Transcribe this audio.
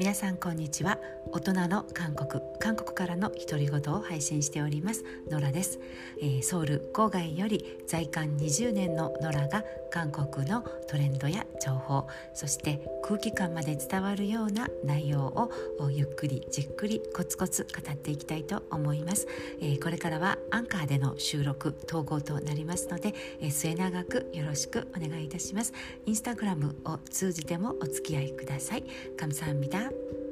皆さんこんにちは。大人の韓国からの独り言を配信しておりますノラです。ソウル郊外より在韓20年のノラが韓国のトレンドや情報、そして空気感まで伝わるような内容をゆっくりじっくりコツコツ語っていきたいと思います。これからはアンカーでの収録統合となりますので、末永くよろしくお願いいたします。インスタグラムを通じてもお付き合いください。감사합니다。